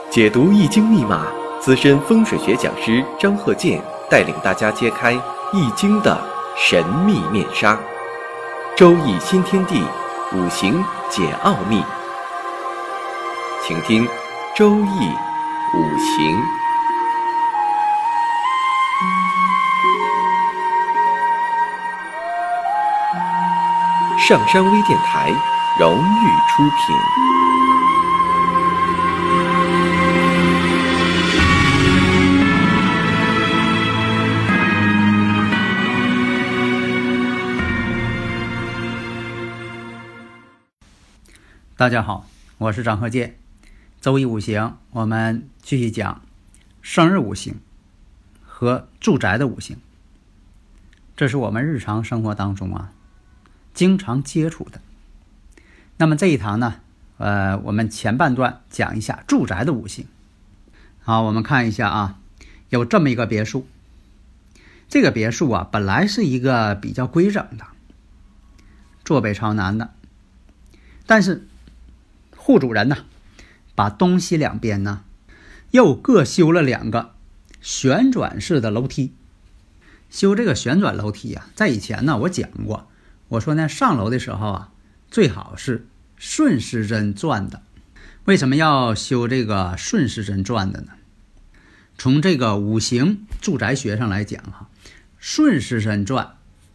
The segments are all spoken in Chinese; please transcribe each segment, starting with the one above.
解读易经密码，资深风水学讲师张鹤剑带领大家揭开易经的神秘面纱。周易新天地，五行解奥秘。请听周易五行。上山微电台荣誉出品。 大家好，我是张鹤剑。周易五行，我们继续讲生日五行和住宅的五行。这是我们日常生活当中经常接触的。那么这一堂呢，我们前半段讲一下住宅的五行。好，我们看一下有这么一个别墅。这个别墅本来是一个比较规整的，坐北朝南的，但是户主人把东西两边又各修了两个旋转式的楼梯。修这个旋转楼梯在以前我讲过，我说上楼的时候最好是顺时针转的。为什么要修这个顺时针转的呢？从这个五行住宅学上来讲顺时针转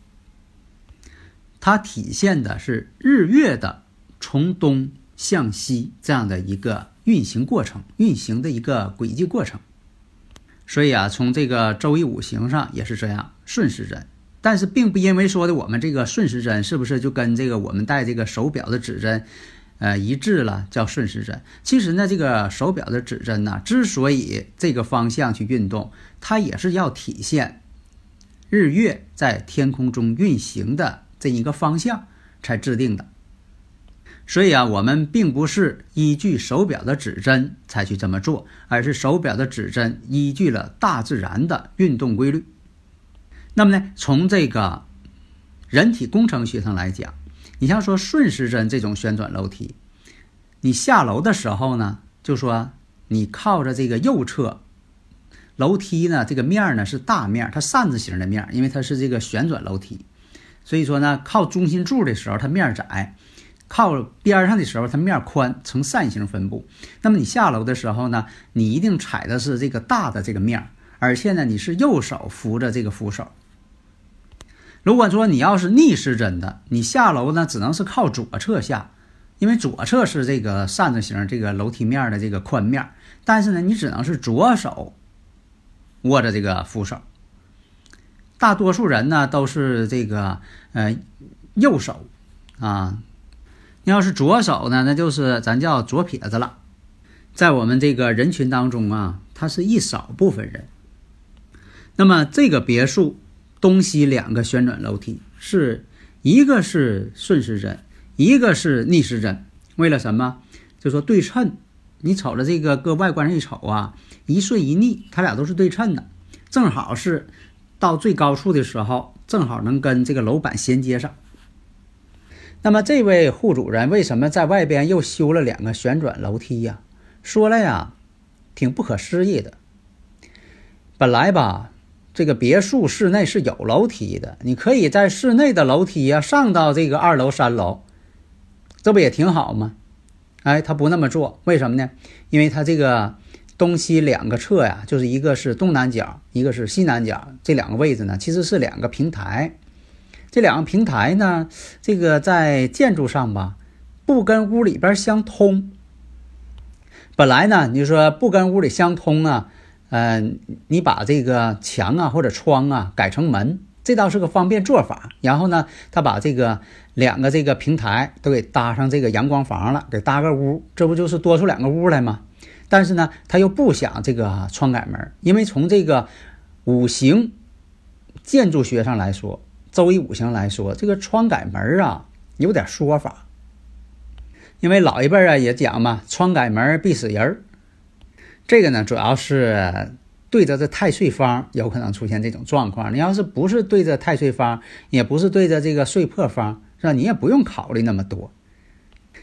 它体现的是日月的从东向西这样的一个运行过程，运行的一个轨迹过程。所以从这个周易五行上也是这样，顺时针。但是并不因为说的我们这个顺时针是不是就跟这个我们戴这个手表的指针一致了，叫顺时针。其实呢，这个手表的指针之所以这个方向去运动，它也是要体现日月在天空中运行的这一个方向才制定的。所以我们并不是依据手表的指针才去这么做，而是手表的指针依据了大自然的运动规律。那么呢，从这个人体工程学上来讲，你像说顺时针这种旋转楼梯，你下楼的时候呢，就说你靠着这个右侧楼梯呢，这个面呢是大面，它扇子形的面，因为它是这个旋转楼梯，所以说呢，靠中心柱的时候它面窄，靠边上的时候它面宽，呈扇形分布。那么你下楼的时候呢，你一定踩的是这个大的这个面，而且呢你是右手扶着这个扶手。如果说你要是逆时针的，你下楼呢只能是靠左侧下，因为左侧是这个扇子形这个楼梯面的这个宽面，但是呢你只能是左手握着这个扶手。大多数人呢都是这个右手你要是左手呢，那就是咱叫左撇子了。在我们这个人群当中它是一少部分人。那么这个别墅东西两个旋转楼梯，是一个是顺时针，一个是逆时针。为了什么？就说对称。你瞅着这个搁外观上一瞅一顺一逆，它俩都是对称的，正好是到最高处的时候，正好能跟这个楼板衔接上。那么这位户主人为什么在外边又修了两个旋转楼梯说了挺不可思议的。本来这个别墅室内是有楼梯的，你可以在室内的楼梯上到这个2楼3楼，这不也挺好吗？他不那么做，为什么呢？因为他这个东西两个侧就是一个是东南角，一个是西南角，这两个位置呢其实是两个平台。这两个平台呢，这个在建筑上不跟屋里边相通。本来呢你就说不跟屋里相通你把这个墙或者窗改成门，这倒是个方便做法。然后呢他把这个两个这个平台都给搭上这个阳光房了，给搭个屋，这不就是多出两个屋来吗？但是呢他又不想这个窗改门，因为从这个五行建筑学上来说，周易五行来说，这个窗改门有点说法。因为老一辈也讲嘛，窗改门必死人。这个呢主要是对着这太岁方有可能出现这种状况。你要是不是对着太岁方，也不是对着这个岁破方，是吧？你也不用考虑那么多。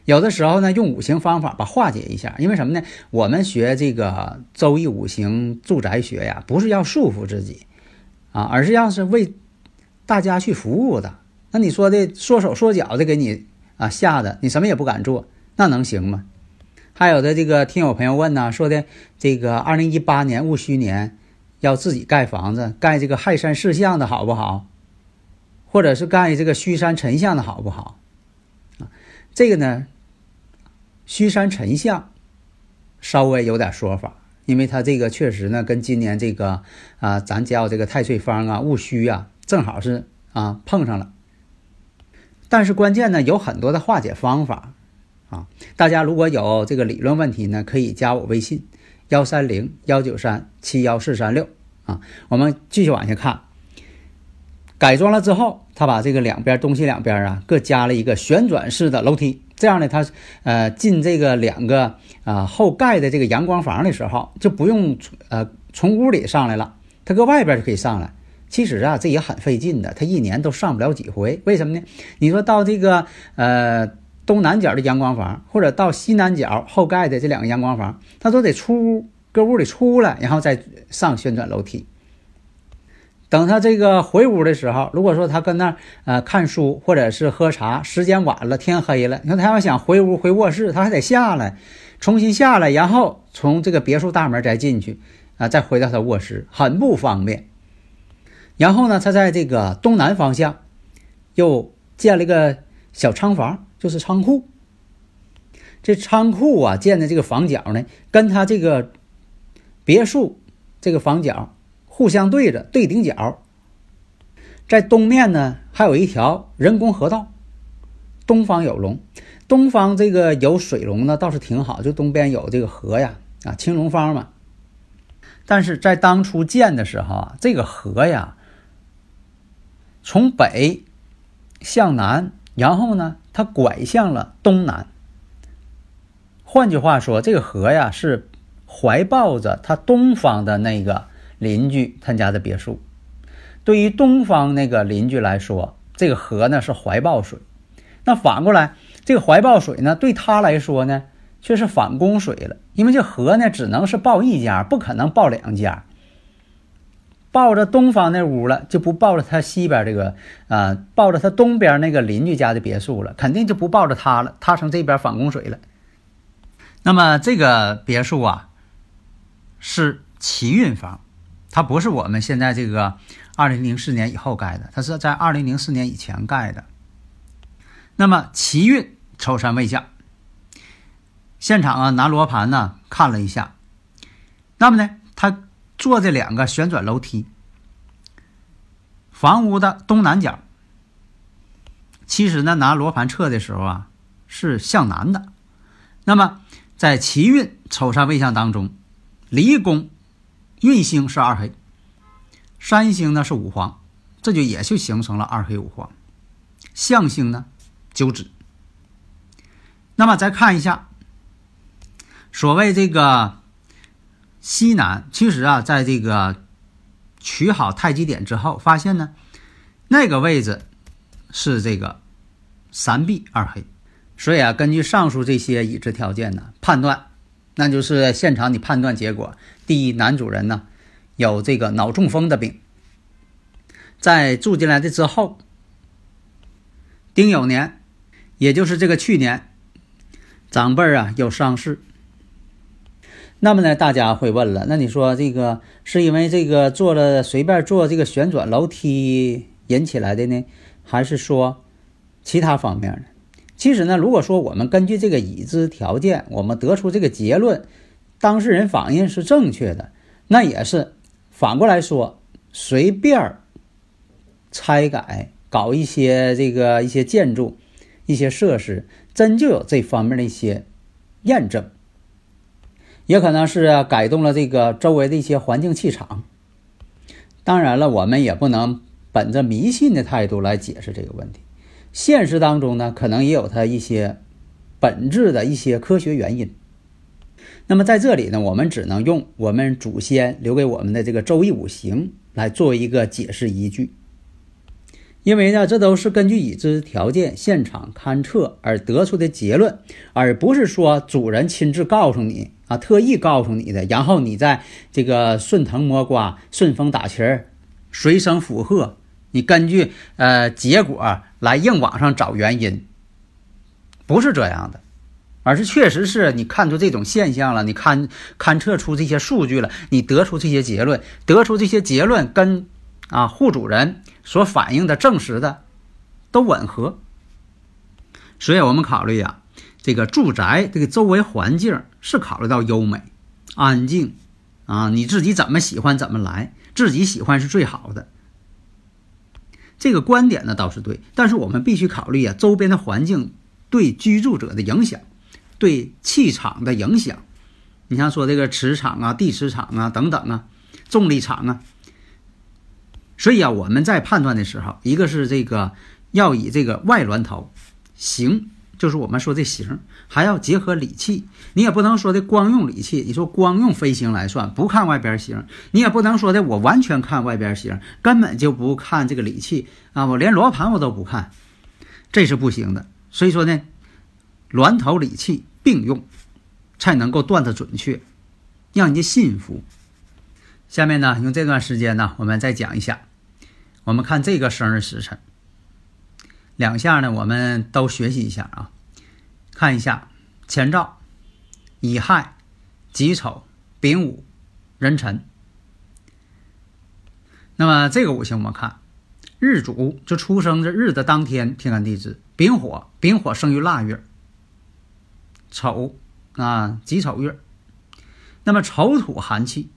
有的时候呢，用五行方法把化解一下。因为什么呢？我们学这个周易五行住宅学呀，不是要束缚自己啊，而是要是为大家去服务的。那你说的说手说脚的给你吓得你什么也不敢做，那能行吗？还有的这个听友朋友问呢，说的这个2018年戊戌年要自己盖房子，盖这个亥山巳象的好不好？或者是盖这个戌山辰象的好不好？这个呢，戌山辰象稍微有点说法，因为它这个确实呢跟今年这个咱叫这个太岁方戊戌正好是碰上了。但是关键呢有很多的化解方法大家如果有这个理论问题呢，可以加我微信130-193-71436我们继续往下看。改装了之后，他把这个东西两边各加了一个旋转式的楼梯，这样呢他进这个两个后盖的这个阳光房的时候，就不用从屋里上来了，他搁外边就可以上来。其实这也很费劲的，他一年都上不了几回。为什么呢？你说到这个东南角的阳光房，或者到西南角后盖的这两个阳光房，他都得搁屋里出来，然后再上旋转楼梯。等他这个回屋的时候，如果说他跟那看书或者是喝茶，时间晚了，天黑了，你看他要想回屋回卧室，他还得下来，重新下来，然后从这个别墅大门再进去再回到他卧室，很不方便。然后呢，他在这个东南方向又建了一个小仓房，就是仓库。这仓库建的这个房角呢，跟他这个别墅这个房角互相对着，对顶角。在东面呢还有一条人工河道，东方有龙。东方这个有水龙呢倒是挺好，就东边有这个河青龙方嘛。但是在当初建的时候这个河从北向南，然后呢它拐向了东南。换句话说，这个河是怀抱着它东方的那个邻居他家的别墅。对于东方那个邻居来说，这个河呢是怀抱水。那反过来，这个怀抱水呢对他来说呢却是反供水了。因为这河呢只能是抱一家，不可能抱两家。抱着东方那屋了，就不抱着他西边这个抱着他东边那个邻居家的别墅了，肯定就不抱着他了，他从这边反供水了。那么这个别墅是奇运房，它不是我们现在这个2004年以后盖的，它是在2004年以前盖的。那么奇运丑山未向，现场拿罗盘看了一下，那么呢他做这两个旋转楼梯，房屋的东南角其实呢拿罗盘测的时候是向南的。那么在奇运丑山未向当中，离宫运星是二黑，山星呢是五黄，这就也就形成了二黑五黄。象星呢九紫。那么再看一下所谓这个西南，其实在这个取好太极点之后，发现呢那个位置是这个三碧二黑。所以根据上述这些已知条件判断，那就是现场你判断结果，第一，男主人有这个脑中风的病。在住进来的之后，丁酉年，也就是这个去年，长辈有丧事。那么呢大家会问了，那你说这个是因为这个随便做这个旋转楼梯引起来的呢，还是说其他方面呢？其实呢，如果说我们根据这个已知条件，我们得出这个结论，当事人反应是正确的，那也是反过来说，随便拆改搞一些建筑一些设施，真就有这方面的一些验证。也可能是改动了这个周围的一些环境气场。当然了，我们也不能本着迷信的态度来解释这个问题，现实当中呢可能也有它一些本质的一些科学原因。那么在这里呢，我们只能用我们祖先留给我们的这个周易五行来做一个解释依据。 因为呢，这都是根据已知条件现场勘测而得出的结论，而不是说主人亲自告诉你啊，特意告诉你的，然后你在这个顺藤摸瓜、顺风打旗儿、随声附和，你根据结果来硬往上找原因，不是这样的，而是确实是你看出这种现象了，你勘测出这些数据了，你得出这些结论，跟户主人所反映的证实的都吻合。所以我们考虑这个住宅这个周围环境是考虑到优美安静你自己怎么喜欢怎么来，自己喜欢是最好的。这个观点呢倒是对，但是我们必须考虑周边的环境对居住者的影响，对气场的影响。你像说这个磁场地磁场等等重力场所以我们在判断的时候，一个是这个要以这个外峦头形，就是我们说这形，还要结合理气。你也不能说的光用理气，你说光用飞行来算，不看外边形，你也不能说的我完全看外边形，根本就不看这个理气我连罗盘我都不看，这是不行的。所以说呢，峦头理气并用，才能够断得准确，让人家信服。下面呢，用这段时间呢，我们再讲一下。我们看这个生日时辰，两下呢，我们都学习一下看一下乾兆、乙亥、己丑、丙午、壬辰。那么这个五行我们看，日主就出生这日的当天，天干地支，丙火生于腊月，丑己丑月。那么丑土寒气，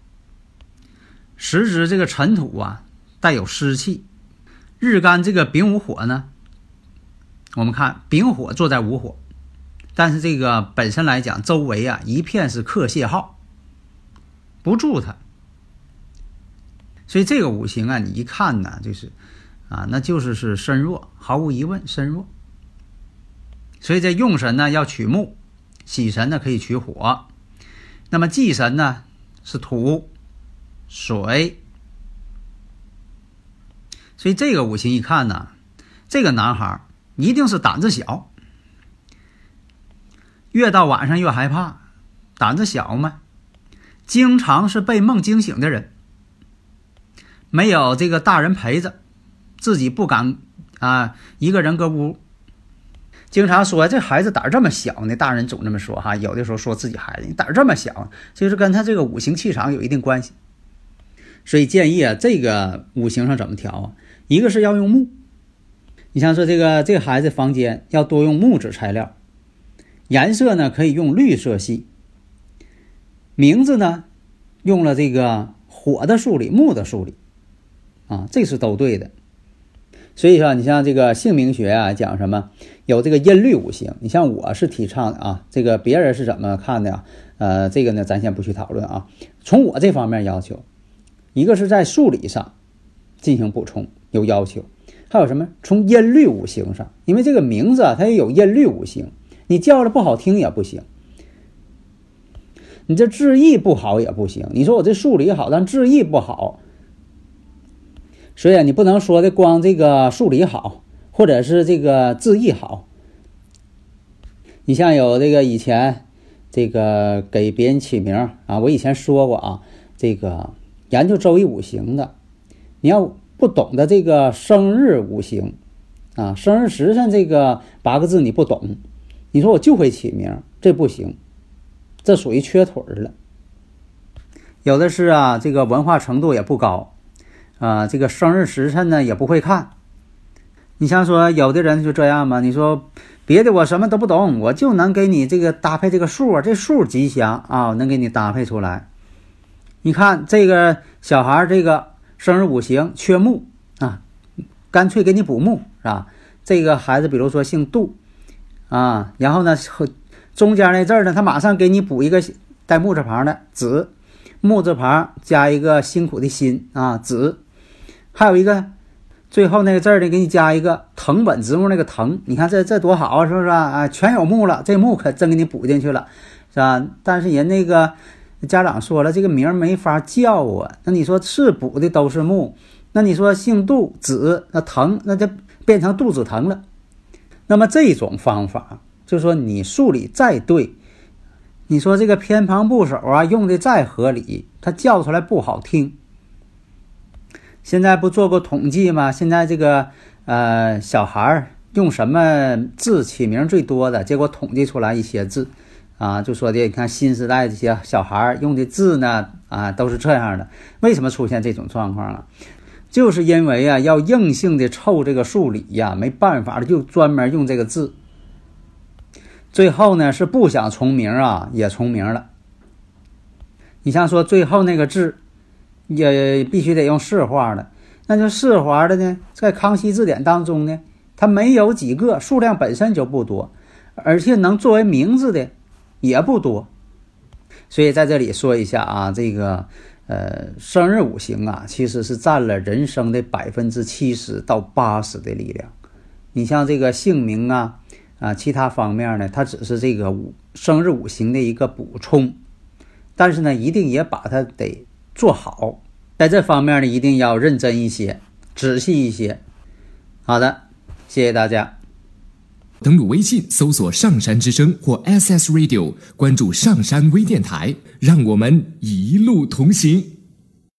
时值这个辰土带有湿气，日干这个丙午火呢，我们看丙火坐在午火，但是这个本身来讲，周围一片是克泄耗，不助它。所以这个五行你一看呢，就是那就是身弱，毫无疑问身弱。所以这用神呢要取木，喜神呢可以取火，那么忌神呢是土、水。所以这个五行一看呢，这个男孩一定是胆子小，越到晚上越害怕，胆子小嘛，经常是被梦惊醒的人，没有这个大人陪着，自己不敢一个人搁屋。经常说这孩子胆这么小呢，大人总这么说有的时候说自己孩子你胆这么小，就是跟他这个五行气场有一定关系。所以建议这个五行上怎么调一个是要用木，你像说这个孩子房间要多用木质材料，颜色呢可以用绿色系，名字呢用了这个火的数理、木的数理这是都对的。所以说你像这个姓名学讲什么有这个音律五行，你像我是提倡的这个别人是怎么看的这个呢咱先不去讨论从我这方面要求，一个是在数理上进行补充有要求，还有什么从音律五行上，因为这个名字它也有音律五行，你叫了不好听也不行，你这字义不好也不行，你说我这数理好但字义不好，所以你不能说的光这个数理好或者是这个字义好。你像有这个以前这个给别人起名我以前说过这个研究周易五行的，你要不懂得这个生日五行生日时辰这个8个字你不懂，你说我就会起名，这不行，这属于缺腿了。有的是这个文化程度也不高这个生日时辰呢也不会看。你像说有的人就这样嘛，你说别的我什么都不懂，我就能给你这个搭配这个数这数吉祥能给你搭配出来。你看这个小孩这个生日五行缺木干脆给你补木是吧？这个孩子比如说姓杜然后呢中间那字呢他马上给你补一个带木字旁的子，木字旁加一个辛苦的辛子，还有一个最后那个字呢给你加一个藤本植物那个藤，你看这多好是不是全有木了，这木可真给你补进去了是吧？但是人那个家长说了，这个名没法叫那你说是补的都是木， 那你说姓杜子，那疼，那就变成肚子疼了。那么这种方法，就说你数理再对，你说这个偏旁部首啊用的再合理，它叫出来不好听。现在不做过统计吗？现在这个小孩用什么字起名最多的，结果统计出来一些字啊，就说的你看新时代这些小孩用的字呢都是这样的。为什么出现这种状况了？就是因为要硬性的凑这个数理没办法就专门用这个字。最后呢是不想重名也重名了。你像说最后那个字也必须得用市话的，那就市话的呢，在康熙字典当中呢，它没有几个，数量本身就不多，而且能作为名字的也不多。所以在这里说一下这个生日五行其实是占了人生的70%到80%的力量。你像这个姓名其他方面呢，它只是这个生日五行的一个补充，但是呢一定也把它得做好，在这方面呢一定要认真一些，仔细一些。好的，谢谢大家。 登录微信搜索上山之声或 SS Radio， 关注上山微电台，让我们一路同行。